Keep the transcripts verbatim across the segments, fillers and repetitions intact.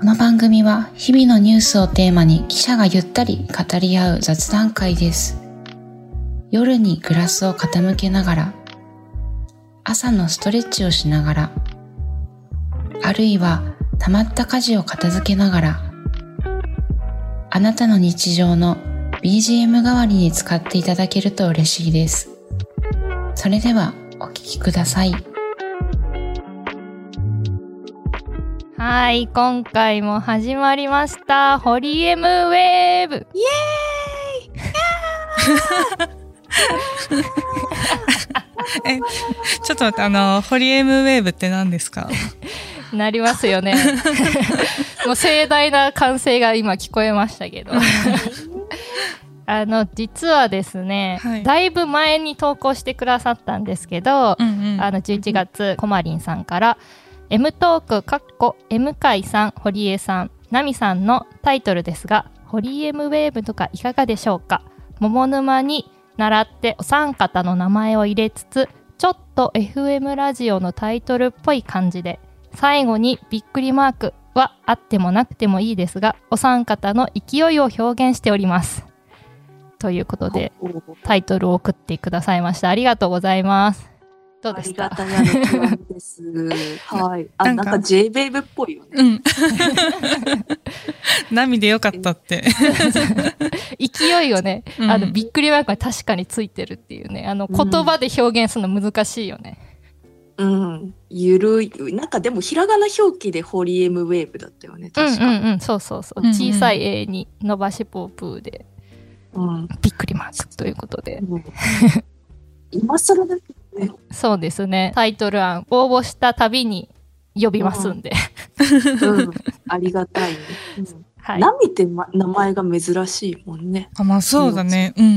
この番組は日々のニュースをテーマに記者がゆったり語り合う雑談会です。夜にグラスを傾けながら、朝のストレッチをしながら、あるいは溜まった家事を片付けながら、あなたの日常の ビージーエム 代わりに使っていただけると嬉しいです。それではお聞きください。 はい、今回も始まりましたホリエムウェーブ。イエーイえ、ちょっと待って、あのホリエムウェーブって何ですか？ なりますよね。もう盛大な歓声が今聞こえましたけど。あの実はですね、はい、だいぶ前に投稿してくださったんですけど、うんうん、あのじゅういちがつこまりんさんから M トークかっこ M 会さん、堀江さん、ナミさんのタイトルですが、ホリエムウェーブとかいかがでしょうか。桃沼に習ってお三方の名前を入れつつ、ちょっと エフエム ラジオのタイトルっぽい感じで、最後にびっくりマークはあってもなくてもいいですが、お三方の勢いを表現しておりますということでタイトルを送ってくださいました。ありがとうございます。どうですか？ ありがたやの極みです。はい。あ、なんか J ベイブっぽいよね。うん。 波でよかったって。 勢いをね、あのびっくりマークが確かについてるっていうね、あの言葉で表現するの難しいよね。 うん。ゆるい、なんかでもひらがな表記でホリエムウェーブだったよね。確か。 うんうんうん、そうそうそう。小さい A に伸ばしポープーで。うん、びっくりマークということで、うん、 今更だけどね。 そうですね。タイトル案応募したたびに呼びますんで、 うんうん、ありがたい、ね。うん、はい、ナミって、ま、名前が珍しいもんね。 あ、まあそうだね。うんうん。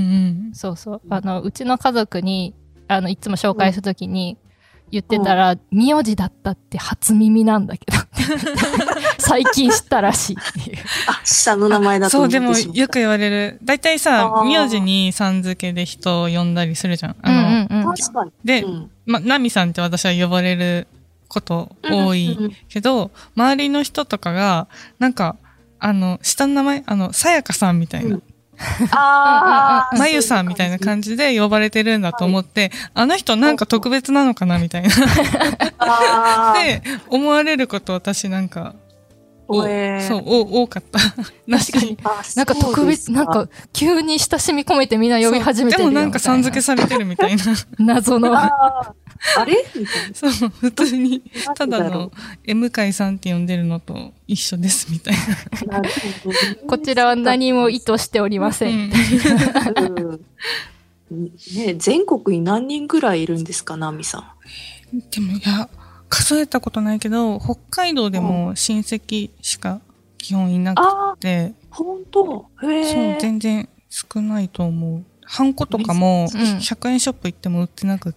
そうそう。あのうちの家族にあのいつも紹介するときに言ってたら、うん、名字だったって初耳なんだけど。最近知ったらしいっていう。 あ、下の名前だと思ってしまった。 そう、でもよく言われる。だいたいさ、名字にさん付けで人を呼んだりするじゃん。あの、 うんうんうん、 確かに。 で、うん、ま、ナミさんって私は呼ばれること多いけど、うんうんうん、周りの人とかが、なんか、あの、下の名前、あの、さやかさんみたいな。うん、 ああ、まゆさんみたいな感じで呼ばれてるんだと思って、はい、あの人なんか特別なのかなみたいな。で、思われること私なんか、 えー、 そう、お多かった。 確かに。なんか特別、なんか急に親しみ込めてみんな呼び始めてるよ。 でもなんかさん付けされてるみたいな。 謎の。 あ, あれみたいな。 そう、普通に、ただの M 会さんって呼んでるのと一緒ですみたいな。 なるほどね、 こちらは何も意図しておりません。 うんね、全国に何人ぐらいいるんですか、ナミさん。でもいや、数えたことないけど、北海道でも親戚しか基本いなくて。 あ、本当？へえ。 そう、全然少ないと思う。ハンコとかもひゃくえんショップ行っても売ってなくって。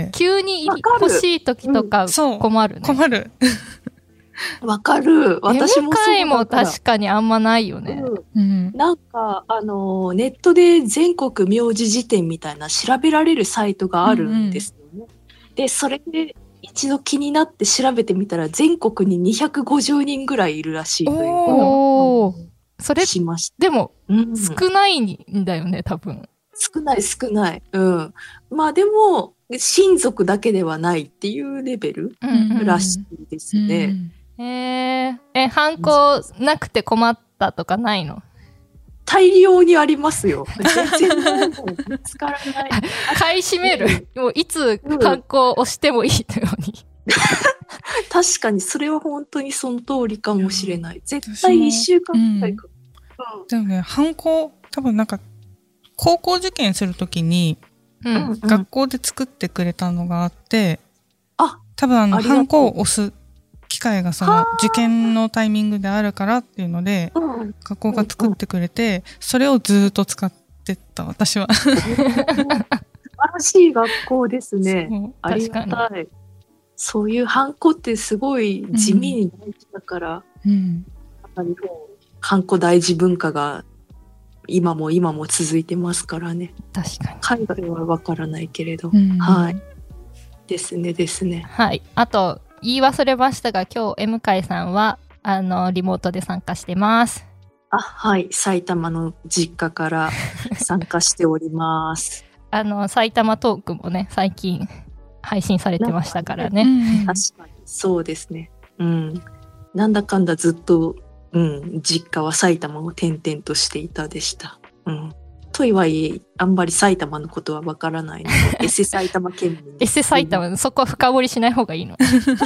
急に欲しい時とか困るね。 困る。 わかる。私もそうだから。 エム 会も確かにあんまないよね。 うん、なんか、あの、ネットで全国名字辞典みたいな調べられるサイトがあるんですよね。うんうん、で、それで一度気になって調べてみたら全国ににひゃくごじゅうにんぐらいいるらしいということをそれしました。 でも、うん、少ないんだよね、多分。 少ない少ない。うん。まあでも、親族だけではないっていうレベルらしいですね。うんうんえー、え、ハンコなくて困ったとかないの？ 大量にありますよ。全然見つからない。 買い占める。もういつハンコを押してもいいように。 確かにそれは本当にその通りかもしれない。絶対いっしゅうかんくらいか。 うんうん、でもね、ハンコ多分なんか高校受験するときに、うん、学校で作ってくれたのがあって、 あ、 多分あのハンコを押す機会がその受験のタイミングであるからっていうので、うん、学校が作ってくれて、うん、それをずっと使ってた私は。素晴らしい学校ですね。ありがたい。そういうハンコってすごい地味に大事だから、うん、やっぱりハンコ大事文化が今も今も続いてますからね。 確かに。 海外はわからないけれど、うん、はい。ですねですね。 はい。あと言い忘れましたが、今日 M 会さんはあのリモートで参加してます。 あ、はい、埼玉の実家から参加しております。 あの埼玉トークもね最近配信されてましたからね。 確かにそうですね。うん。なんだかんだずっと、うん、実家は埼玉を転々としていたでした。うん。とはいえ、あんまり埼玉のことはわからないので、エセ埼玉県民。 エセ埼玉、そこは深掘りしない方がいいの。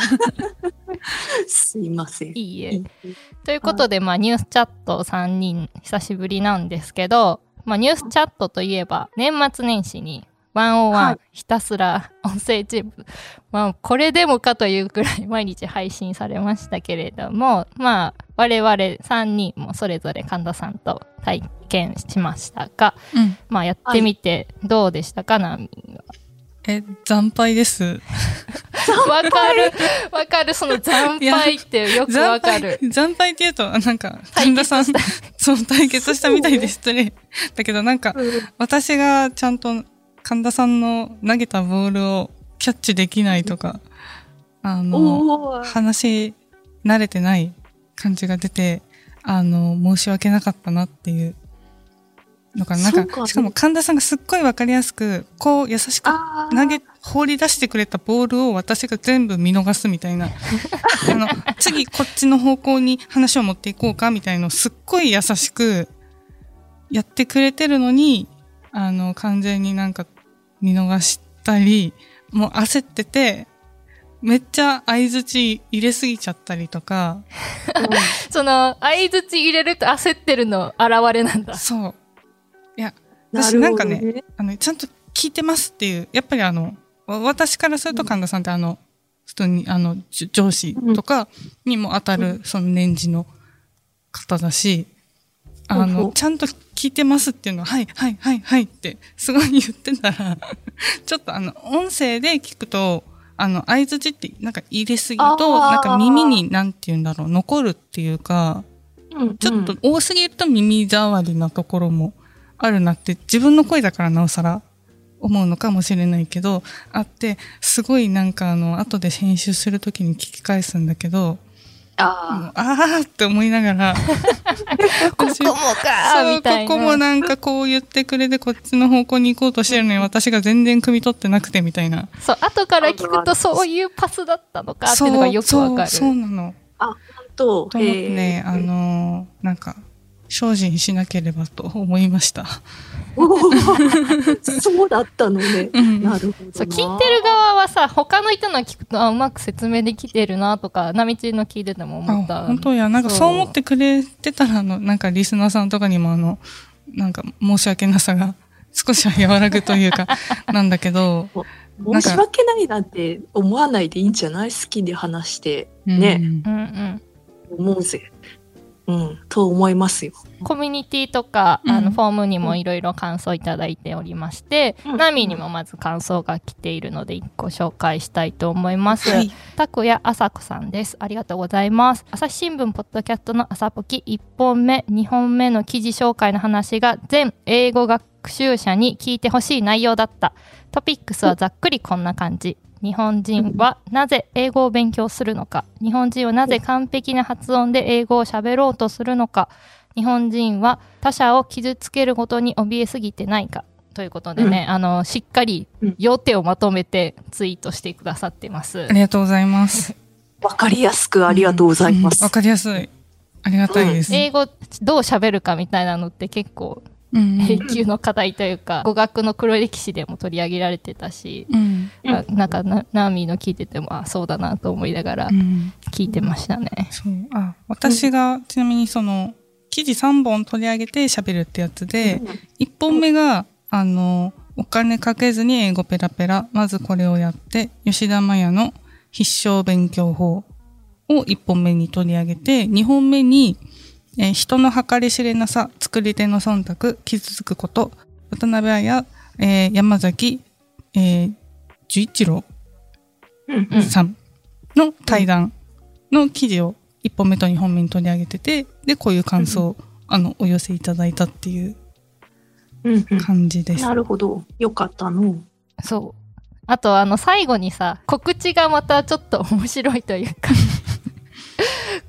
すいません。 いいえ。ということで、まあ、ニュースチャットさんにん久しぶりなんですけど、まあ、ニュースチャットといえば、年末年始にひゃくいち、はい、ひたすら音声チーム、まあ、これでもかというくらい毎日配信されましたけれども、まあ、我々さんにんもそれぞれ神田さんと体験しましたが、うん、まあ、やってみてどうでしたか、ナミは。 え、惨敗です。 わかる、わかる、その惨敗ってよくわかる。 惨敗って言うと、なんか、神田さん、そう、対決したみたいで失礼。だけどなんか、私がちゃんと神田さんの投げたボールをキャッチできないとか、あの、話慣れてない感じが出て、あの、申し訳なかったなっていうのかな。なんか、しかも神田さんがすっごいわかりやすく、こう優しく投げ、放り出してくれたボールを私が全部見逃すみたいな。あの、次こっちの方向に話を持っていこうかみたいのをすっごい優しくやってくれてるのに、あの、完全になんか見逃したり、もう焦ってて、めっちゃ相槌入れすぎちゃったりとか。 その、相槌入れると焦ってるの現れなんだ。 そう。いや、私なんかね、ねあの、ちゃんと聞いてますっていう、やっぱりあの、私からすると神田さんってあの、普通にあの、上司とかにも当たる、その年次の方だし、あの、ちゃんと聞いてますっていうのは、はい、はい、はい、はいって、すごい言ってたら、ちょっとあの、音声で聞くと、あの、相槌ってなんか入れすぎると、なんか耳になんて言うんだろう、残るっていうか、ちょっと多すぎると耳障りなところもあるなって、自分の声だからなおさら思うのかもしれないけど、あって、すごいなんかあの、後で編集するときに聞き返すんだけど、ああーって思いながらここもかーみたいな、 ここもなんかこう言ってくれてこっちの方向に行こうとしてるのに私が全然汲み取ってなくてみたいな。 そう、後から聞くとそういうパスだったのかっていうのがよくわかる。 そうそうそうなの。 あ、本当。 と思ってね、あのー、なんか精進しなければと思いました。 そうだったのね。うん、なるほど。 そう、聞いてる側はさ、他の人の聞くと、あ、うまく説明できてるなとか、なみちの聞いてても思った。 本当や、なんかそう思ってくれてたら、あの、なんかリスナーさんとかにもあの、なんか申し訳なさが少しは和らぐというか、なんだけど。 申し訳ないなんて思わないでいいんじゃない？好きで話して、ね。うんうん、思うぜ。うん、と思いますよ。 コミュニティとか、うん、あのフォームにもいろいろ感想いただいておりまして、うん、ナミにもまず感想が来ているのでいっこ紹介したいと思います。たくやあさこさんです。ありがとうございます。朝日新聞ポッドキャストの朝ポキいっぽんめ、にほんめの記事紹介の話が全英語学習者に聞いてほしい内容だった。トピックスはざっくりこんな感じ。日本人はなぜ英語を勉強するのか、日本人はなぜ完璧な発音で英語を喋ろうとするのか、日本人は他者を傷つけることに怯えすぎてないかということでね、うん、あのしっかり要点をまとめてツイートしてくださってます。 ありがとうございます。 わかりやすくありがとうございます。 わ、うんうん、かりやすい。ありがたいです。 うん、英語どう喋るかみたいなのって結構永久の課題というか、語学の黒歴史でも取り上げられてたし、うん、なんかなナーミーの聞いててもあそうだなと思いながら聞いてましたね。うん、 そうあ私がちなみにその記事さんぼん取り上げて喋るってやつで、うん、いっぽんめがあのお金かけずに英語ペラペラ、まずこれをやって吉田麻也の必勝勉強法をいっぽんめに取り上げて、にほんめにえー、人の計り知れなさ、作り手の忖度、傷つくこと、渡辺彩、えー、山崎、えー、十一郎さんの対談の記事をいっぽんめとにほんめに取り上げてて、で、こういう感想を、うん、あの、お寄せいただいたっていう感じです。 うんうん、なるほど。よかったの。 そう。あと、あの、最後にさ、告知がまたちょっと面白いというか、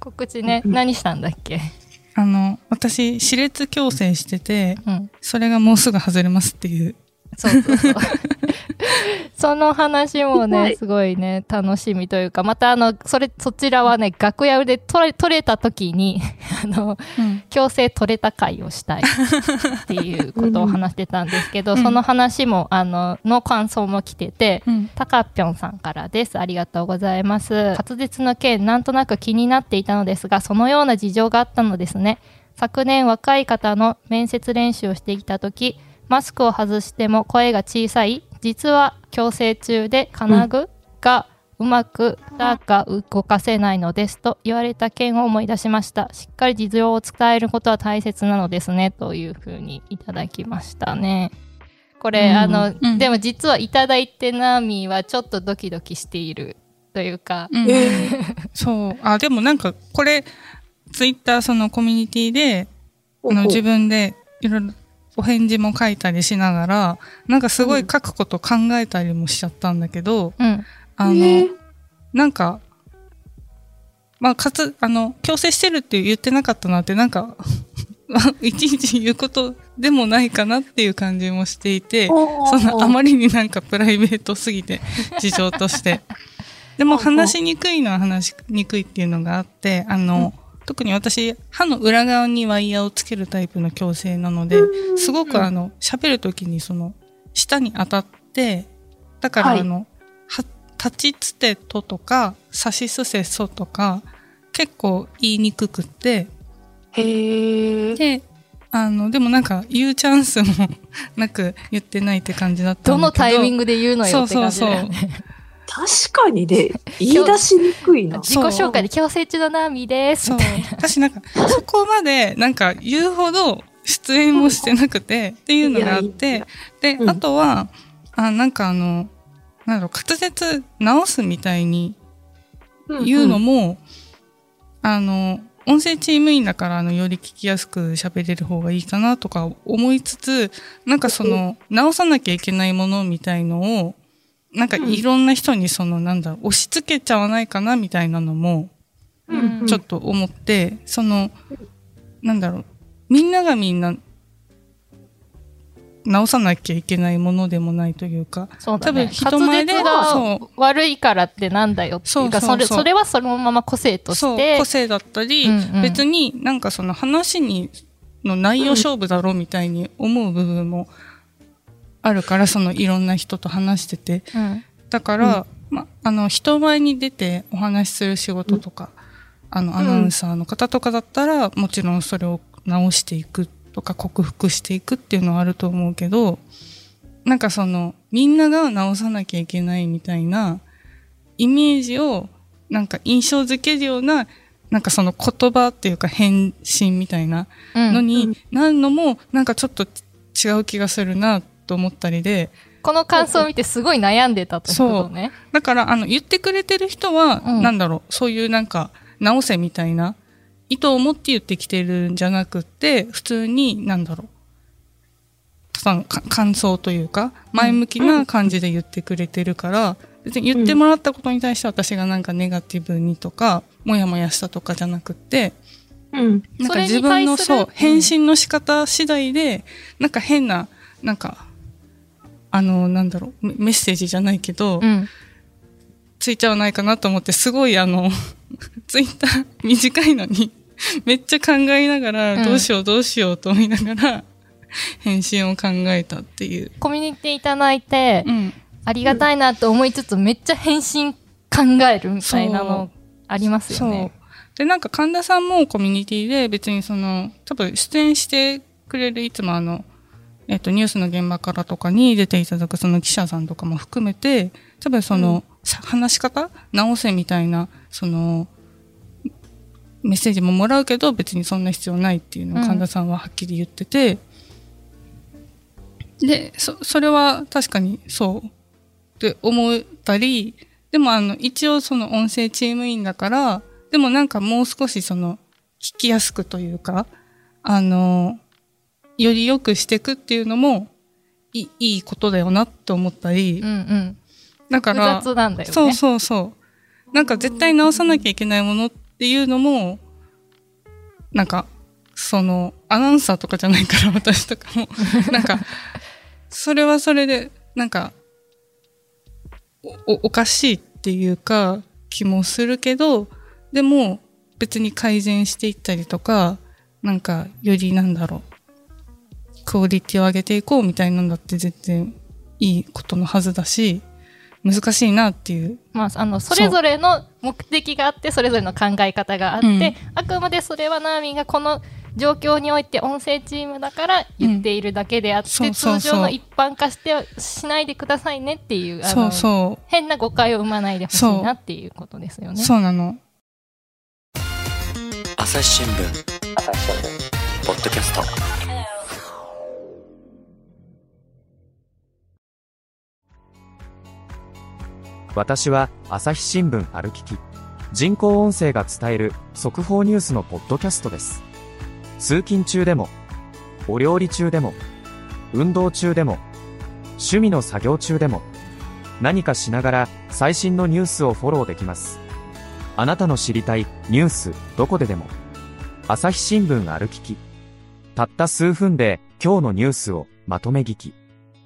告知ね、うん、何したんだっけ？ あの、私、歯列矯正してて、うん、それがもうすぐ外れますっていう。 そうそうそう。その話もね、すごいね、楽しみというか、またあの、それ、そちらはね、楽屋で取れ、取れた時に、あの、うん、矯正取れた会をしたいっていうことを話してたんですけど、うん、その話も、あの、の感想も来てて、うん、たかぴょんさんからです。ありがとうございます。滑舌の件、なんとなく気になっていたのですが、そのような事情があったのですね。昨年若い方の面接練習をしてきた時、マスクを外しても声が小さい、実は矯正中で金具がうまくだが動かせないのですと言われた件を思い出しました。しっかり事情を伝えることは大切なのですね、というふうにいただきましたね。これ、うん、あの、うん、でも実はいただいてナーミーはちょっとドキドキしているというか、うん、 そう。あ、でもなんかこれツイッターそのコミュニティであの自分でいろいろお返事も書いたりしながら、なんかすごい書くこと考えたりもしちゃったんだけど、うん、あの、えー、なんか、まあ、かつ、あの、強制してるって言ってなかったなって、なんか、いちいち言うことでもないかなっていう感じもしていて、そのあまりになんかプライベートすぎて、事情として。でも話しにくいのは話しにくいっていうのがあって、あの、うん特に私、歯の裏側にワイヤーをつけるタイプの矯正なので、すごくあの、喋るときにその、舌に当たって、だからあの、はい、は立ちつてととか、さしすせそとか、結構言いにくくって、 へー。 で、あの、でもなんか言うチャンスもなく言ってないって感じだったんだけど。 どのタイミングで言うのよって感じだよね。 そうそうそう。 確かにね、言い出しにくいな。 自己紹介で矯正中のナーミーです。 そう。私なんか、そこまでなんか言うほど出演もしてなくて、っていうのがあって、で、うん、あとは、あ、なんかあの、なんだろう、滑舌直すみたいに言うのも、うんうん、あの、音声チーム員だからあの、より聞きやすく喋れる方がいいかなとか思いつつ、なんかその、直さなきゃいけないものみたいのを、なんかいろんな人にそのなんだろう、押し付けちゃわないかなみたいなのも、ちょっと思って、うん、その、なんだろう、みんながみんな、直さなきゃいけないものでもないというか、 そうだね、多分人前でが悪いからってなんだよっていうか、そうそうそう、それ、それはそのまま個性として。 そう、個性だったり、うんうん、別になんかその話に、の内容勝負だろうみたいに思う部分も、あるから、そのいろんな人と話してて。うん、だから、うん、ま、あの、人前に出てお話しする仕事とか、うん、あの、アナウンサーの方とかだったら、もちろんそれを直していくとか、克服していくっていうのはあると思うけど、なんかその、みんなが直さなきゃいけないみたいな、イメージを、なんか印象づけるような、なんかその言葉っていうか返信みたいなのになるのも、なんかちょっと違う気がするな、と思ったりで、 この感想を見てすごい悩んでたってことね。 そう。だから、あの、言ってくれてる人は、うん、なんだろう、そういうなんか、直せみたいな、意図を持って言ってきてるんじゃなくて、普通に、なんだろう、感想というか、前向きな感じで言ってくれてるから、別に言ってもらったことに対して私がなんかネガティブにとか、もやもやしたとかじゃなくて、うん。なんか自分の、そう、返信の仕方次第で、なんか変な、なんか、あの、なんだろう、メッセージじゃないけど、うん、ついちゃわないかなと思って、すごいあの、ツイッター短いのに、めっちゃ考えながら、どうしようどうしようと思いながら、返信を考えたっていう。 コミュニティいただいて、うん、ありがたいなと思いつつ、めっちゃ返信考えるみたいなのありますよね。 そう。で、なんか神田さんもコミュニティで別にその、多分出演してくれるいつもあの、えっと、ニュースの現場からとかに出ていただくその記者さんとかも含めて、多分その、うん、話し方直せみたいな、その、メッセージももらうけど別にそんな必要ないっていうのを神田さんははっきり言ってて、うん、で、そ、それは確かにそうって思ったり、でもあの、一応その音声チーム員だから、でもなんかもう少しその、聞きやすくというか、あの、より良くしていくっていうのもいい、いいことだよなって思ったり。 うんうん。 だから、 複雑なんだよね。 そうそうそう。なんか絶対直さなきゃいけないものっっていうのも、なんか、その、アナウンサーとかじゃないから私とかも、なんか、それはそれで、なんか、お、おかしいっていうか、気もするけど、でも、別に改善していったりとか、なんか、よりなんだろう、クオリティを上げていこうみたいなのだって全然いいことのはずだし、難しいなっていう。 まあ、あの、それぞれの目的があって、それぞれの考え方があって、うん、あくまでそれはナーミンがこの状況において音声チームだから言っているだけであって、うん、そうそうそう、通常の一般化してしないでくださいねっていう、あの、そうそう、変な誤解を生まないでほしいなっていうことですよね。 そう、そうなの。 朝日新聞ポッドキャスト。 私は朝日新聞ある聞き、人工音声が伝える速報ニュースのポッドキャストです。通勤中でも、お料理中でも、運動中でも、趣味の作業中でも、何かしながら最新のニュースをフォローできます。あなたの知りたいニュースどこででも、朝日新聞ある聞き。たった数分で今日のニュースをまとめ聞き。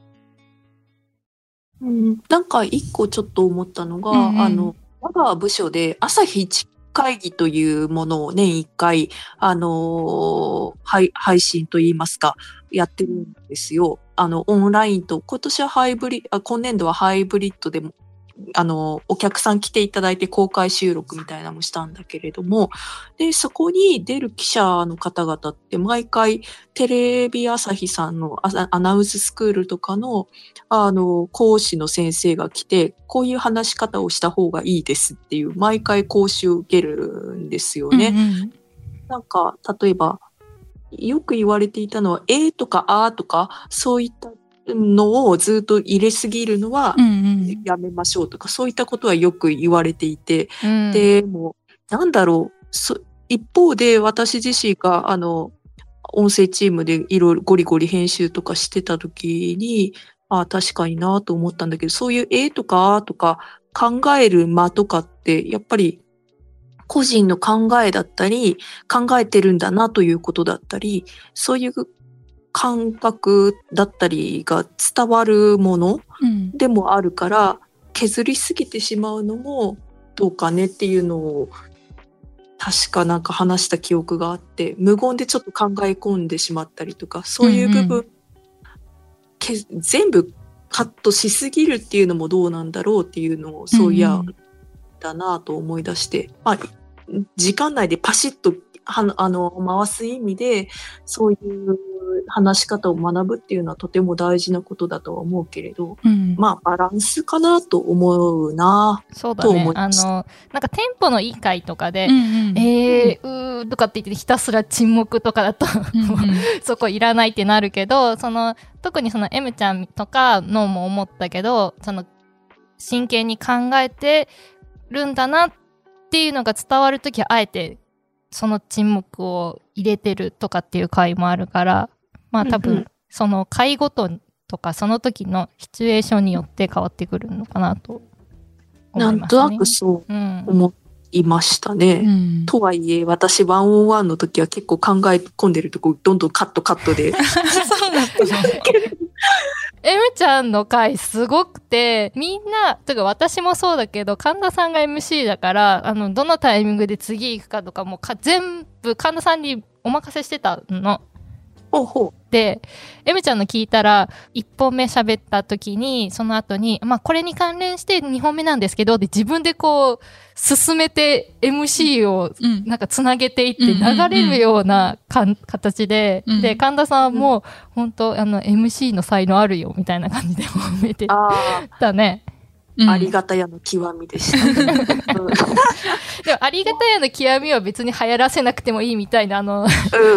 うん、なんか一個ちょっと思ったのが、うんうん、あの、我が部署で朝日一会議というものを年一回、あのー、配、配信といいますか、やってるんですよ。あの、オンラインと、今年はハイブリ、あ、今年度はハイブリッドでも、あの、お客さん来ていただいて公開収録みたいなのもしたんだけれども、で、そこに出る記者の方々って毎回テレビ朝日さんのアナウンススクールとかの、あの、講師の先生が来て、こういう話し方をした方がいいですっていう、毎回講習を受けるんですよね。うんうん、なんか、例えば、よく言われていたのは、えーとかあーとか、そういったのをずっと入れすぎるのはやめましょうとか、うんうん、そういったことはよく言われていて、うん、でもなんだろう、そ一方で私自身があの音声チームでいろいろゴリゴリ編集とかしてた時に、あ、確かになと思ったんだけど、そういうえとかあとか考える間とかってやっぱり個人の考えだったり考えてるんだなということだったり、そういう感覚だったりが伝わるものでもあるから、うん、削りすぎてしまうのもどうかねっていうのを確かなんか話した記憶があって、無言でちょっと考え込んでしまったりとか、そういう部分、うんうん、全部カットしすぎるっていうのもどうなんだろうっていうのを、そういや、うんうん、だなと思い出して、まあ、時間内でパシッとはあの回す意味でそういう話し方を学ぶっていうのはとても大事なことだとは思うけれど、うん、まあバランスかなと思うなそうだね、と思いました。あのなんかテンポのいい回とかで、うんうん、えー、うーとかって言ってひたすら沈黙とかだと、うんうん、そこいらないってなるけど、その特にその M ちゃんとかのも思ったけど、その真剣に考えてるんだなっていうのが伝わるときはあえてその沈黙を入れてるとかっていう回もあるから、まあ多分その回ごととかその時のシチュエーションによって変わってくるのかなと思いますね。 なんとなくそう思いましたね。うん、とはいえ私ワンオンワンの時は結構考え込んでるとこどんどんカットカットで。そうだったの。 M ちゃんの回すごくて、みんな、とか私もそうだけど、神田さんが エムシー だから、あの、どのタイミングで次行くかとかもか全部神田さんにお任せしてたの。 ほうほう。 で、M ちゃんの聞いたら、いっぽんめ喋った時に、その後に、まあ、これに関連してにほんめなんですけど、で、自分でこう、進めて エムシー をなんかつなげていって流れるようなかん形で、うん、で、神田さんも、本当あの、エムシー の才能あるよ、みたいな感じで褒めてたね。 うん、ありがたやの極みでした、ね。 でも、ありがたやの極みは別に流行らせなくてもいいみたいな、あの、うん、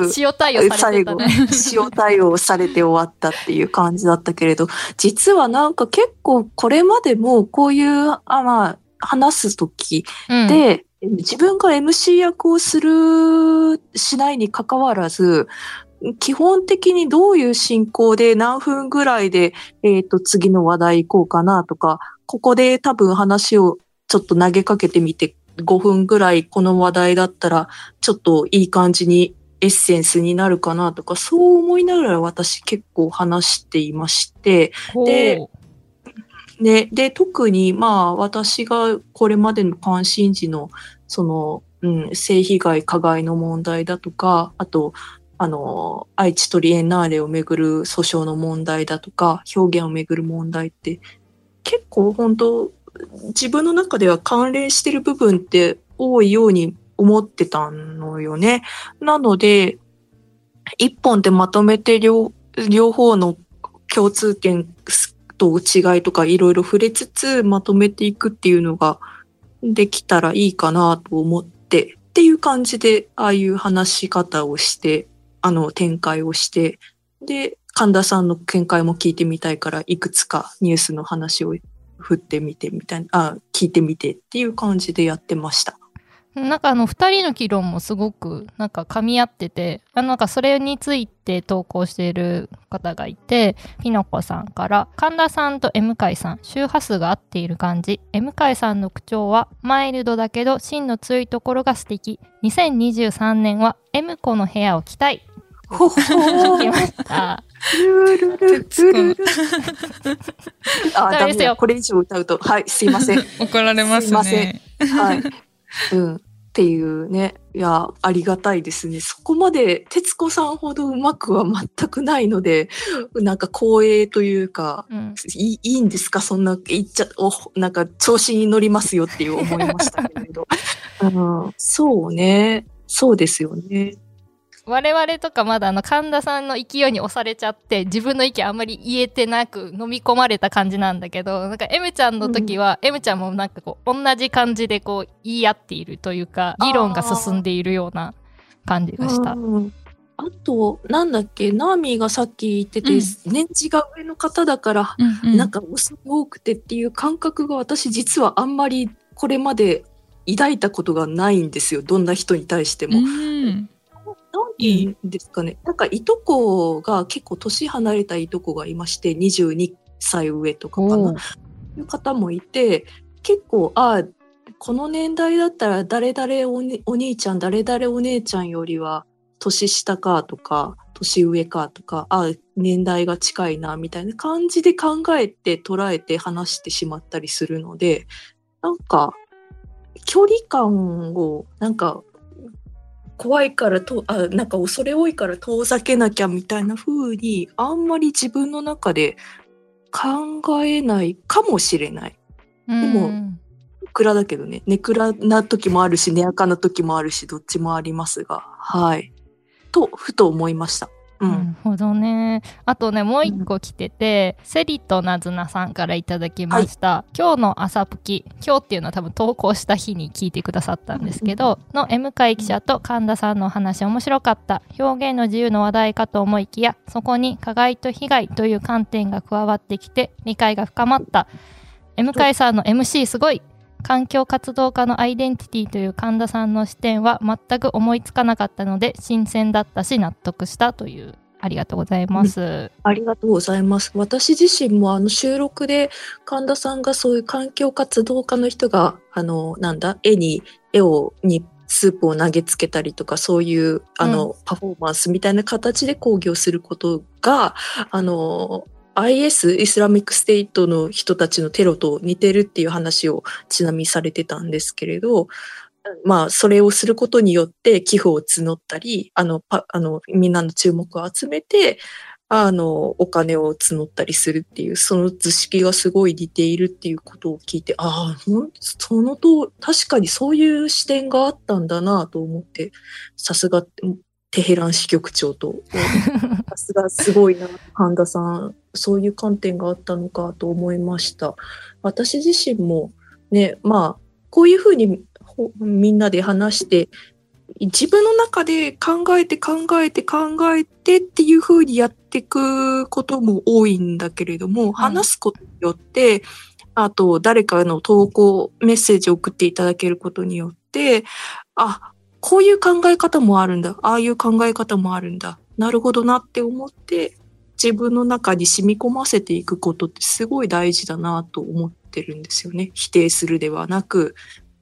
塩対応されてたね。 最後、塩対応されて終わったっていう感じだったけれど、実はなんか結構これまでもこういう、あまあ、話すときで、うん、自分が エムシー 役をする、しないに関わらず、基本的にどういう進行で何分ぐらいで、えっと、次の話題行こうかなとか、ここで多分話をちょっと投げかけてみて、 ごふんぐらいこの話題だったらちょっといい感じにエッセンスになるかなとか、そう思いながら私結構話していまして、で、ね、で、特にまあ私がこれまでの関心事のその、うん、性被害加害の問題だとか、あと、あの、愛知トリエンナーレをめぐる訴訟の問題だとか、表現をめぐる問題って結構本当自分の中では関連してる部分って多いように思ってたのよね。なので、一本でまとめて両、両方の共通点と違いとかいろいろ触れつつまとめていくっていうのができたらいいかなと思ってっていう感じで、ああいう話し方をして、あの展開をして、で、神田さんの見解も聞いてみたいからいくつかニュースの話を振ってみてみたいな、あ、聞いてみてっていう感じでやってました。 なんかあのふたりの議論もすごくなんか噛み合ってて、あのなんかそれについて投稿している方がいて、ピノコさんから神田さんと M 海さん周波数が合っている感じ、 M 海さんの口調はマイルドだけど芯の強いところが素敵、にせんにじゅうさんねんは M 子の部屋を着たいほほー。 聞きました。 ルルルルル。あ、ダメですよ。これ以上歌うと、はい、すいません。 怒られますね。すいません。 はい。うん。っていうね。いや、ありがたいですね。そこまで、徹子さんほどうまくは全くないので、なんか光栄というか、うん、い, いいんですかそんな、言っちゃ、お、なんか調子に乗りますよっていう思いましたけれど。うん、そうね。そうですよね。 我々とかまだあの神田さんの勢いに押されちゃって自分の意見あんまり言えてなく飲み込まれた感じなんだけど、なんか M ちゃんの時は、うん、M ちゃんもなんかこう同じ感じでこう言い合っているというか議論が進んでいるような感じがした。 あ, あとなんだっけ、ナーミーがさっき言ってて、うん、年次が上の方だから、うんうん、なんか多くてっていう感覚が私実はあんまりこれまで抱いたことがないんですよ、どんな人に対しても。うんいいですかね。なんかいとこが結構年離れたいとこがいまして、にじゅうにさい上とかかないう方もいて、結構あこの年代だったら誰々 お,、ね、お兄ちゃん誰々お姉ちゃんよりは年下かとか年上かとか、あ年代が近いなみたいな感じで考えて捉えて話してしまったりするので、なんか距離感をなんか怖いからと、あ、なんか恐れ多いから遠ざけなきゃみたいな風にあんまり自分の中で考えないかもしれない。でもネクラだけどね、ネクラな時もあるしネアカな時もあるしどっちもありますが、はいとふと思いました。うん、 なるほどね。あとねもう一個来てて、うん、セリとなずなさんからいただきました、はい、今日の朝プキ、今日っていうのは多分投稿した日に聞いてくださったんですけど、うん、の M 海記者と神田さんのお話面白かった、表現の自由の話題かと思いきやそこに加害と被害という観点が加わってきて理解が深まった、 M 海さんの エムシー すごい、環境活動家のアイデンティティという神田さんの視点は全く思いつかなかったので新鮮だったし納得したという。ありがとうございます、うん、 ありがとうございます。私自身もあの収録で神田さんがそういう環境活動家の人があのなんだ絵に絵をにスープを投げつけたりとかそういうあの、うん、パフォーマンスみたいな形で講義をすることがあのアイエス イスラミックステイトの人たちのテロと似てるっていう話をちなみにされてたんですけれど、まあそれをすることによって寄付を募ったり、あのパあのみんなの注目を集めてあのお金を募ったりするっていうその図式がすごい似ているっていうことを聞いて、ああそのと確かにそういう視点があったんだなと思って、さすがテヘラン支局長とさすがすごいな神田さん、そういう観点があったのかと思いました。私自身もね、まあこういうふうにみんなで話して自分の中で考えて考えて考えてっていうふうにやっていくことも多いんだけれども、うん、話すことによってあと誰かの投稿メッセージを送っていただけることによってあこういう考え方もあるんだ、ああいう考え方もあるんだ、なるほどなって思って自分の中に染み込ませていくことってすごい大事だなと思ってるんですよね。否定するではなく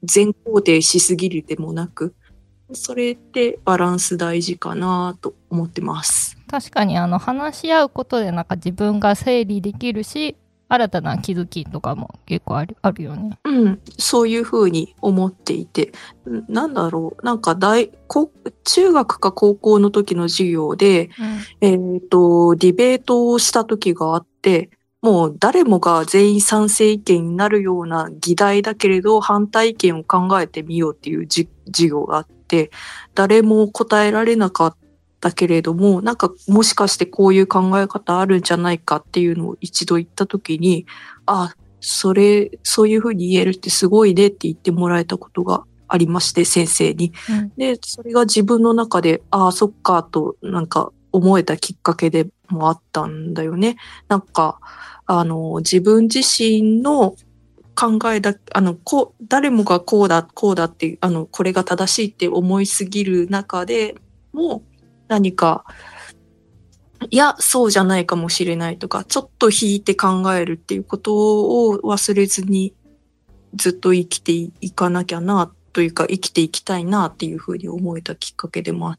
全肯定しすぎるでもなく、それってバランス大事かなと思ってます。 確かにあの話し合うことでなんか自分が整理できるし、新たな気づきとかも結構ある、あるよね。 うん、そういうふうに思っていて、なんだろう、なんか大こ中学か高校の時の授業で、うん、えっと、ディベートをした時があって、もう誰もが全員賛成意見になるような議題だけれど、反対意見を考えてみようっていう授業があって、誰も答えられなかったけれども、なんかもしかしてこういう考え方あるんじゃないかっていうのを一度言ったときに、あ、それ、そういうふうに言えるってすごいねって言ってもらえたことがありまして、先生に。うん、で、それが自分の中で、ああ、そっかとなんか思えたきっかけでもあったんだよね。なんか、あの、自分自身の考えだ、あの、こう、誰もがこうだ、こうだって、あの、これが正しいって思いすぎる中でも、何か、いや、そうじゃないかもしれないとか、ちょっと引いて考えるっていうことを忘れずに、ずっと生きていかなきゃな、というか、生きていきたいなっていうふうに思えたきっかけでもあって、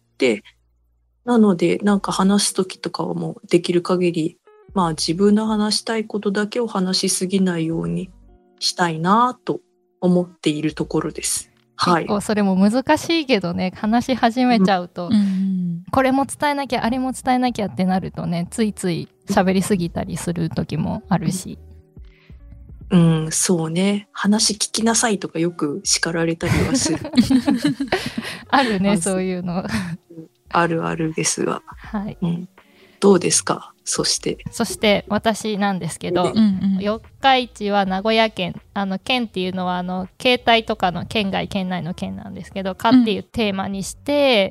なので、なんか話すときとかはもうできる限り、まあ自分の話したいことだけを話しすぎないようにしたいなと思っているところです。はい。 結構それも難しいけどね、話し始めちゃうと、うん、これも伝えなきゃ、あれも伝えなきゃってなるとね、ついつい喋りすぎたりする時もあるし。 うん、そうね。話聞きなさいとかよく叱られたりはする。 あるね、そういうの。 あるあるですが。 はい。 うん、どうですか？そしてそして私なんですけど、うんうん、四日市は名古屋県、あの県っていうのはあの携帯とかの県外県内の県なんですけど、かっていうテーマにして、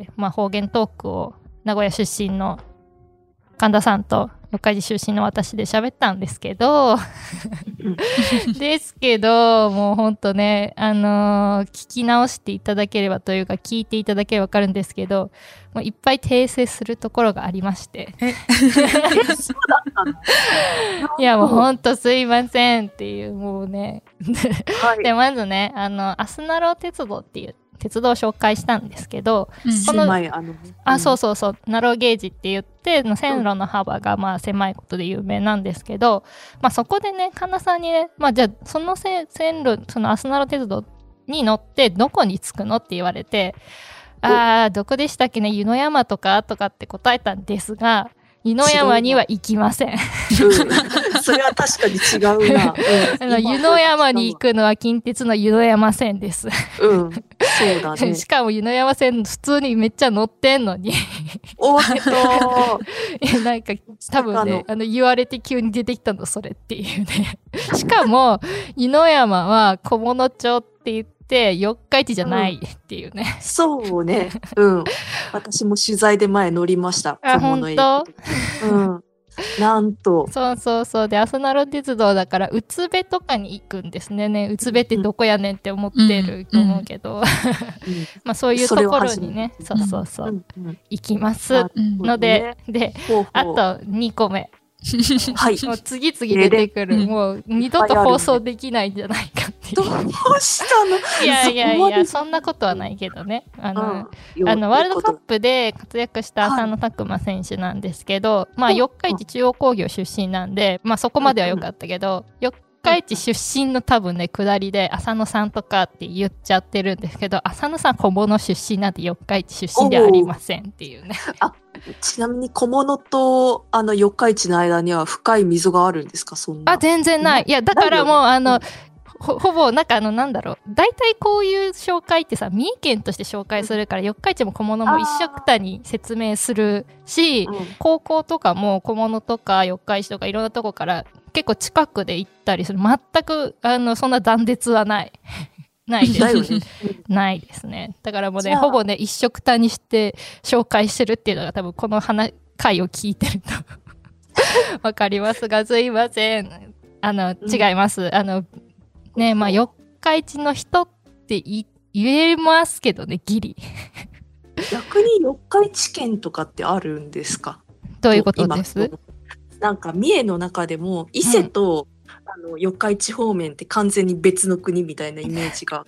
うん、まあ、方言トークを名古屋出身の神田さんと四日市出身の私で喋ったんですけどですけどもうほんとね、あのー、聞き直していただければというか聞いていただければ分かるんですけど、もういっぱい訂正するところがありましてえそうだったのいやもうほんとすいませんっていう、もうねはい、でまずね、あのアスナロ鉄道っていう鉄道を紹介したんですけど、うん、この狭いあの、 あ、そうそうそう、ナローゲージって言っての線路の幅がまあ狭いことで有名なんですけど、まあそこでね、神田さんにね、まあじゃあその線路、そのアスナロ鉄道に乗ってどこに着くのって言われて、あーどこでしたっけね、湯の山とかとかって答えたんですが、湯の山には行きません、うん、 それは確かに違うな、 うん、あの湯の山に行くのは近鉄の湯の山線ですうんそうだねしかも湯の山線普通にめっちゃ乗ってんのにおっとなんか多分ね、あの言われて急に出てきたのそれっていうねしかも湯の山は小物町って言って四日市じゃないっていうね、 うん、そうね、うん、私も取材で前乗りました。 あ、本当？ うん、なんとそうそうそう、でアスナロ鉄道だからうつべとかに行くんですね。ね、うつべってどこやねんって思ってると思うけど、うんうん、まあそういうところにね、そうそうそう、うんうん、行きますので、ね、でほうほう、あとにこめはい、もう次々出てくる、うん、もう二度と放送できないんじゃないかっていう。 どうしたの？ いやいやいや、そんなことはないけどね。あの、うん、あのワールドカップで活躍した浅野拓磨選手なんですけど、はい、まあ四日市中央工業出身なんで、まあそこまでは良かったけど、四日市出身の多分ね下りで浅野さんとかって言っちゃってるんですけど、浅野さん小物出身なんで四日市出身ではありませんっていうね。 あ、ちなみに小物とあの四日市の間には深い溝があるんですか？そんな。 あ、全然ない。いやだからもうあの、うん、ほ, ほぼなんかあのなんだろう、大体こういう紹介ってさ、三重県として紹介するから、うん、四日市も小物も一緒くたに説明するし、うん、高校とかも小物とか四日市とかいろんなとこから結構近くで行ったりする。全くあのそんな断絶はないないです、ね、ないですね。だからもうねほぼね一緒くたにして紹介してるっていうのが多分この話回を聞いてるとわかりますが、すいません、あの違います、うん、あのね、まあ四日市の人って言えますけどね、ギリ逆に四日市県とかってあるんですか？ どういうことです？ なんか三重の中でも伊勢と、うん、あの四日市方面って完全に別の国みたいなイメージが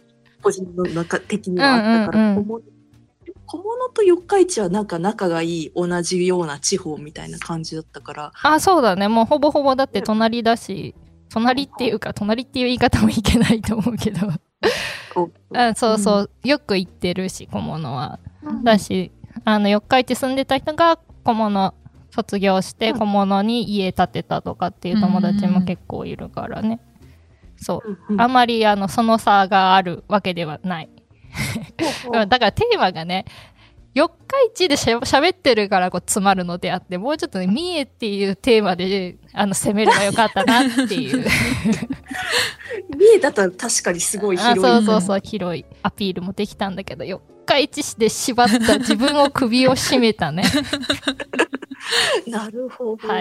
個人の中的にはあったから、うんうんうん、小物と四日市はなんか仲がいい同じような地方みたいな感じだったから。 あ、そうだね。もうほぼほぼだって隣だし、隣っていうか隣っていう言い方もいけないと思うけどあ、そうそう、うん、よく行ってるし小物は、うん、だし、あの四日市住んでた人が小物卒業して小物に家建てたとかっていう友達も結構いるからね、うん、そう、うん、あまりあのその差があるわけではないだからテーマがね四日市でしゃ喋ってるからこう詰まるのであって、もうちょっとね三重っていうテーマであの攻めればよかったなっていう三重だったら確かにすごい広い、 あ、そうそうそう、広いアピールもできたんだけど、四日市市で縛った自分を首を絞めたねなるほどね、はい、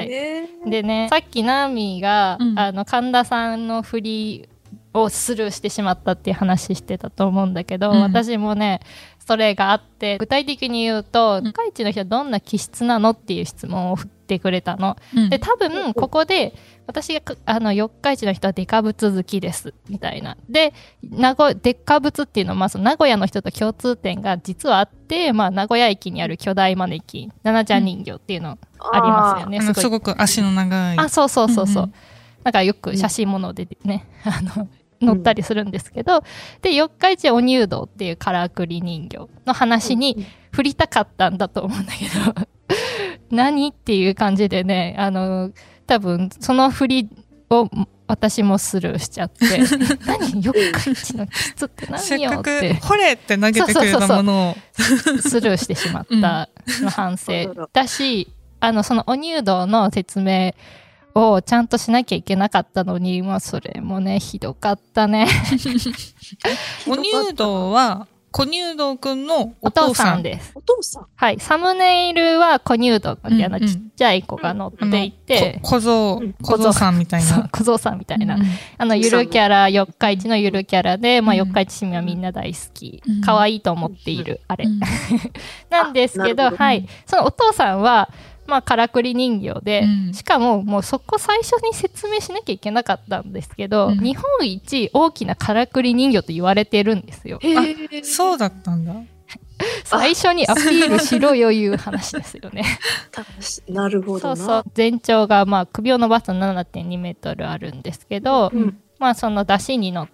でね、さっきナーミーが、うん、あの神田さんの振りをスルーしてしまったっていう話してたと思うんだけど、うん、私もねそれがあって、具体的に言うと、四日市の人はどんな気質なのっていう質問を振ってくれたの、うん、で多分ここで私があの四日市の人はデカブツ好きですみたいなで、名古デカブツっていうのは、まあ、その名古屋の人と共通点が実はあって、まあ、名古屋駅にある巨大マネキンナナちゃん人形っていうのありますよね、 うん、すごい、すごく足の長い、 あ、そうそうそうそう、うんうん、なんかよく写真ものでね、うん、あの載ったりするんですけど、うん、で四日市お入道っていうからくり人形の話に振りたかったんだと思うんだけど何っていう感じでね、あの多分その振りを私もスルーしちゃって何四日市の気質って何よってせっかくほれって投げてくれたものをスルーしてしまったの反省だし、あのそのお入道の説明をちゃんとしなきゃいけなかったのに、まあそれもねひどかったねお入道は小入道くんのお父さんです。 お父さん、 はい、サムネイルは小入道くんって、うんうん、あのちっちゃい子が乗っていて、 小僧小僧さんみたいな、 小僧さんみたいな、うんうん、あのゆるキャラ、四日市のゆるキャラで、まあ、四日市市民はみんな大好き、可、う、愛、ん、いいと思っている、うん、あれ、うん、なんですけど、はい、そのお父さんはまあ、からくり人形で、うん、しかももうそこ最初に説明しなきゃいけなかったんですけど、うん、日本一大きなからくり人形と言われてるんですよ。 あ、そうだったんだ。 最初にアピールしろよいう話ですよねなるほどな。 そうそう、全長がまあ首を伸ばすと ななてんにメートルあるんですけど、うん、まあその出汁に乗って、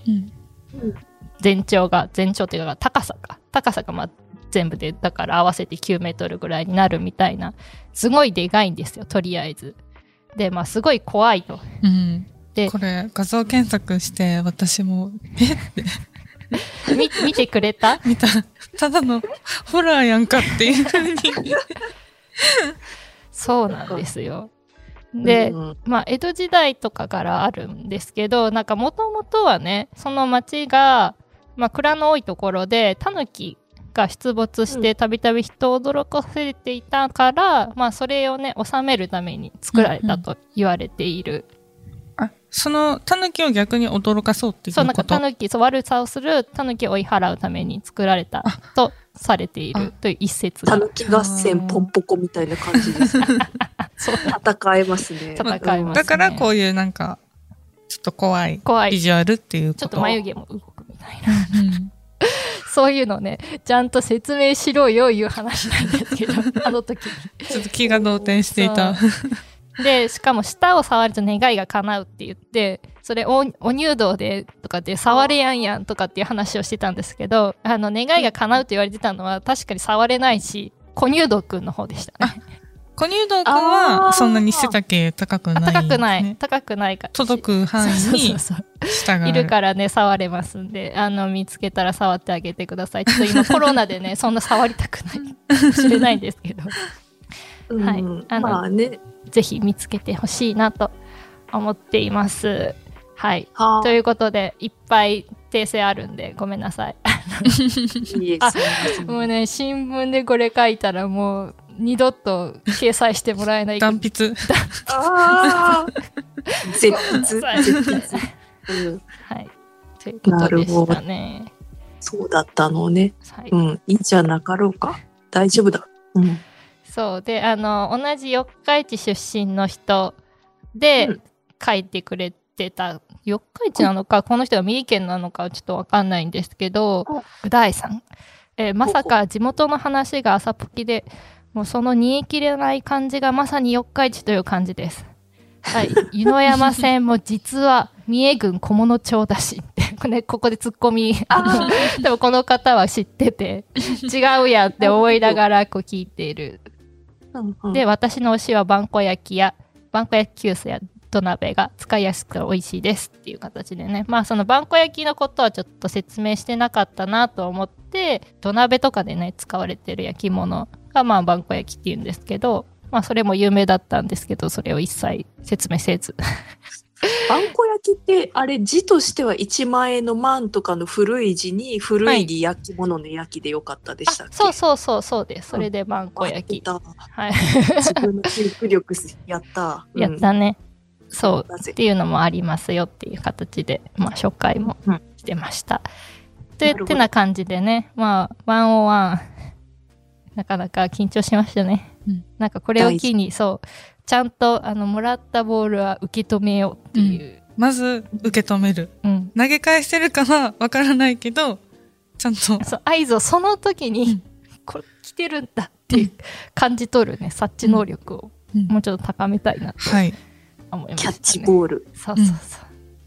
うん、全長が全長っていうか高さか高さがまあ全部でだから合わせてきゅうメートルぐらいになるみたいな、すごいでかいんですよ、とりあえず。でまあすごい怖いと、 うん、でこれ画像検索して私もえって見, 見てくれた見た。ただのホラーやんかっていうふうにそうなんですよ。で、うん、まあ江戸時代とかからあるんですけど、なんかもともとはね、その町が、まあ、蔵の多いところでタヌキが出没してたびたび人を驚かせていたから、うん、まあそれをね収めるために作られたと言われている、 うんうん、あ、そのタヌキを逆に驚かそうっていうこと。 そう、なんかタヌキ、そう、悪さをするタヌキを追い払うために作られたとされているという一説が。 タヌキ合戦ポンポコみたいな感じですねそう、戦えますね。 戦えますね。 だからこういうなんかちょっと怖いビジュアルっていうこと。 ちょっと眉毛も動くみたいな、うんそういうのね、ちゃんと説明しろよいう話なんですけどあの時にちょっと気が動転していたで、しかも舌を触ると願いが叶うって言って、それ お, お入道でとかで触れやんやんとかっていう話をしてたんですけど、あの願いが叶うと言われてたのは確かに触れないし、小入道くんの方でしたね。 小入道くんはそんなに背丈高くない、ね、 高くない高くないから届く範囲に舌がある。 いるからね、触れますんで、あの見つけたら触ってあげてください。ちょっと今コロナでねそんな触りたくないかもしれないんですけどはい、あの、まあね、ぜひ見つけてほしいなと思っています。はい、はということでいっぱい訂正あるんでごめんなさいいいあもうね、新聞でこれ書いたらもう二度と掲載してもらえない。 断筆ああ絶筆絶筆、 うん、はい、ということでしたね。 そうだったのね、はい、うん、いいんじゃなかろうか、大丈夫だ、うん、 そうで、あの同じ四日市出身の人で書いてくれてた四日市なのか、この人が三重県なのかちょっとわかんないんですけど、う大さん、えー、まさか地元の話が朝ポキで、もうその煮え切れない感じがまさに四日市という感じです。はい、湯野山線も実は三重郡菰野町だしってこれ、ここでツッコミ多分この方は知ってて違うやって思いながらこう聞いている。で、私の推しは萬古焼きや萬古焼き急須や土鍋が使いやすくて美味しいですっていう形でね、まあその萬古焼きのことはちょっと説明してなかったなと思って、土鍋とかでね使われてる焼き物がまあ萬古焼きっていうんですけど、まあそれも有名だったんですけど、それを一切説明せず萬古焼きってあれ字としてはいちまん円の万とかの古い字に古いに焼き物の焼きでよかったでしたっけ？ そうそうそうそうです。それで萬古焼き、 うん、 はい、 自分の記憶力やった、 うん、やったね。そうっていうのもありますよっていう形で、まあ、初回もしてました。うん、でってな感じでね、まあワンオーワンなかなか緊張しましたね。うん、なんかこれを機にそうちゃんとあのもらったボールは受け止めようっていう、うん、 まず受け止める、うん、投げ返してるかはわからないけどちゃんとそう合図をその時に、うん、これ来てるんだっていう感じ取るね、察知能力をもうちょっと高めたいなと思います、ね、 キャッチボールそうそうそう、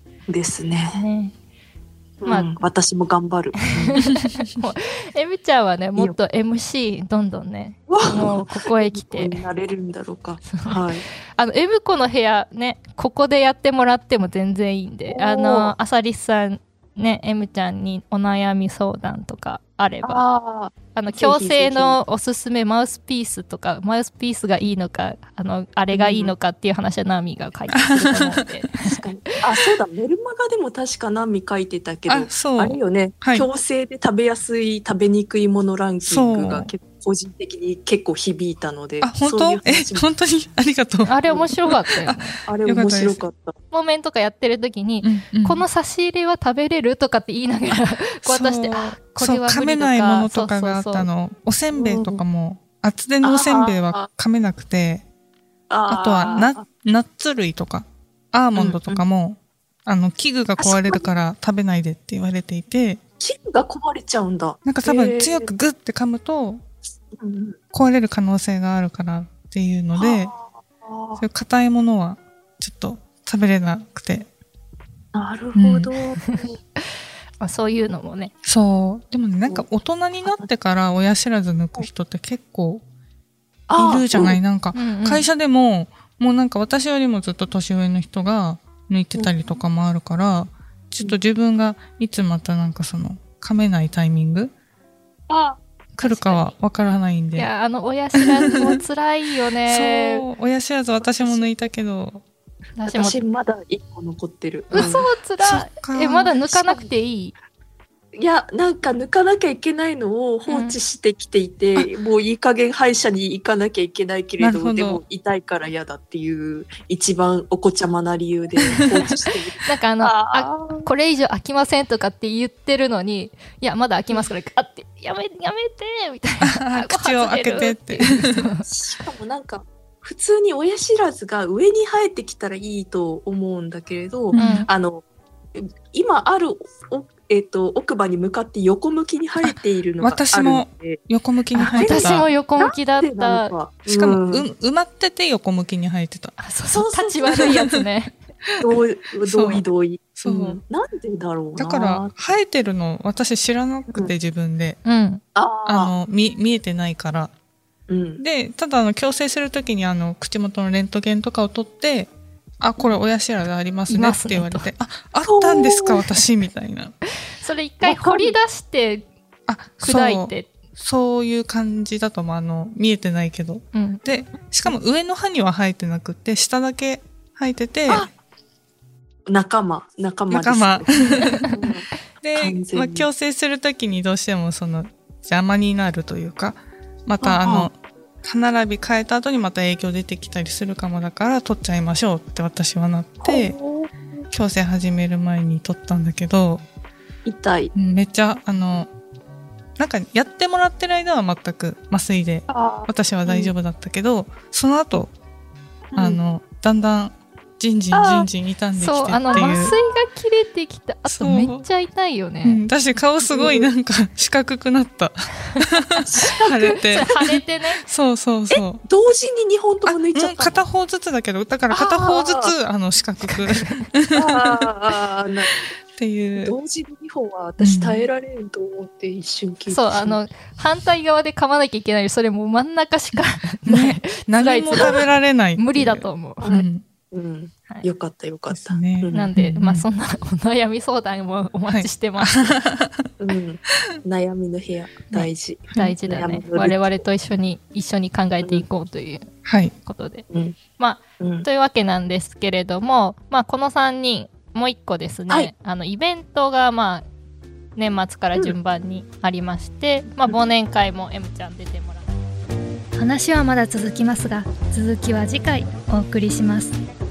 うん、ですね。ね、 まあ、 うん、私も頑張る。 もうエミちゃんはね、もっと エムシー どんどんね、もうここへ来てなれるんだろうか。はい。 あのエムコの部屋ね、ここでやってもらっても全然いいんで、あのアサリスさんね、エムちゃんにお悩み相談とかあれば、ああの矯正のおすすめマウスピースとか、マウスピースがいいのか、あのあれがいいのかっていう話はナミが書いてると思うんで。 確かに。あ、そうだ、メルマガでも確かナミ書いてたけど、あ、そう、あれよね、はい、矯正で食べやすい食べにくいものランキングが結構個人的に結構響いたので。 あ、本当？え、本当にありがとう。 あれ面白かったよ、ね。 あれ面白かった。 モーメンとかやってる時に、うんうん、この差し入れは食べれるとかって言いながらこう渡して、あ、これは無理とか、 そう、噛めないものとかがあったの。おせんべいとかも、うん、厚手のおせんべいは噛めなくて、あ, あとはナナッツ類とかアーモンドとかも、うんうん、あの器具が壊れるから食べないでって言われていて、 器具が壊れちゃうんだ。 なんか多分強くグッて噛むと壊れる可能性があるからっていうので、そういう硬いものはちょっと食べれなくて。 なるほど。うんまあ、そういうのもね。 そう。でもね、なんか大人になってから親知らず抜く人って結構いるじゃない？なんか会社でも、もうなんか私よりもずっと年上の人が抜いてたりとかもあるから、ちょっと自分がいつまたなんかその噛めないタイミング来るかはわからないんで。 いや、あの親知らずも辛いよね。 そう、親知らず私も抜いたけど。 私まだいっこ残ってる。 うん、嘘、つらい。え、まだ抜かなくていい？ いや、なんか抜かなきゃいけないのを放置してきていて、うん、もういい加減歯医者に行かなきゃいけないけれど、どでも痛いから嫌だっていう一番お子ちゃまな理由で放置している。 なんかあのあ、これ以上飽きませんとかって言ってるのに、いや、まだ飽きますから、あって、やめ、やめてみたいな。 口を開けてって。 しかもなんか、普通に親知らずが上に生えてきたらいいと思うんだけれど、うん、あの今あるお、えーと、奥歯に向かって横向きに生えているのがあるので、 私も横向きに生えてた。 私も横向きだった。 しかも、うん、埋まってて横向きに生えてた。 あ、そうそう、立ち悪いやつね。 同意同意。そう、うん、なんでだろうな。 だから生えてるの私知らなくて、自分で、うん、あ, あの 見, 見えてないから。うん、でただあの矯正するときにあの口元のレントゲンとかを取って「あ、これ親知らずありますね」って言われて「あ、あったんですか私」みたいな。 それ一回掘り出して砕いて、 そう、そういう感じだともあの見えてないけど、うん、でしかも上の歯には生えてなくて下だけ生えてて、 仲間仲間です、 仲間で、まあ、矯正するときにどうしてもその邪魔になるというか、またあの歯並び変えた後にまた影響出てきたりするかもだから取っちゃいましょうって私はなって矯正始める前に取ったんだけど、 痛い、 めっちゃあのなんかやってもらってる間は全く麻酔で私は大丈夫だったけど、うん、その後、うん、あのだんだんじんじんじんじん傷んできてっていう。 そう、あの麻酔が切れてきた後めっちゃ痛いよね。 うん、私顔すごいなんか四角くなった。腫れて。 腫れてね。 そうそうそう。 同時ににほんとも抜いちゃったの？ 片方ずつだけど、だから片方ずつあの四角く。 ああ、なるっていう。 同時ににほんは私耐えられると思って一瞬聞いて、うん、 そう、あの反対側で噛まなきゃいけない。それも真ん中しかね、何も食べられない。 無理だと思う。 うん。 うん、はい、よかったよかった。 ね、 うん、なんで、まあそんなお悩み相談もお待ちしてます。 はい、うん、悩みの部屋大事、 ね、大事だよね。我々と一緒に一緒に考えていこうということで、 うんはい、 まあ、うん、というわけなんですけれども、まあこのさんにんもう一個ですね、はい、あのイベントがまあ年末から順番にありまして、うん、まあ忘年会も M ちゃん出てもらって、 話はまだ続きますが、続きは次回お送りします。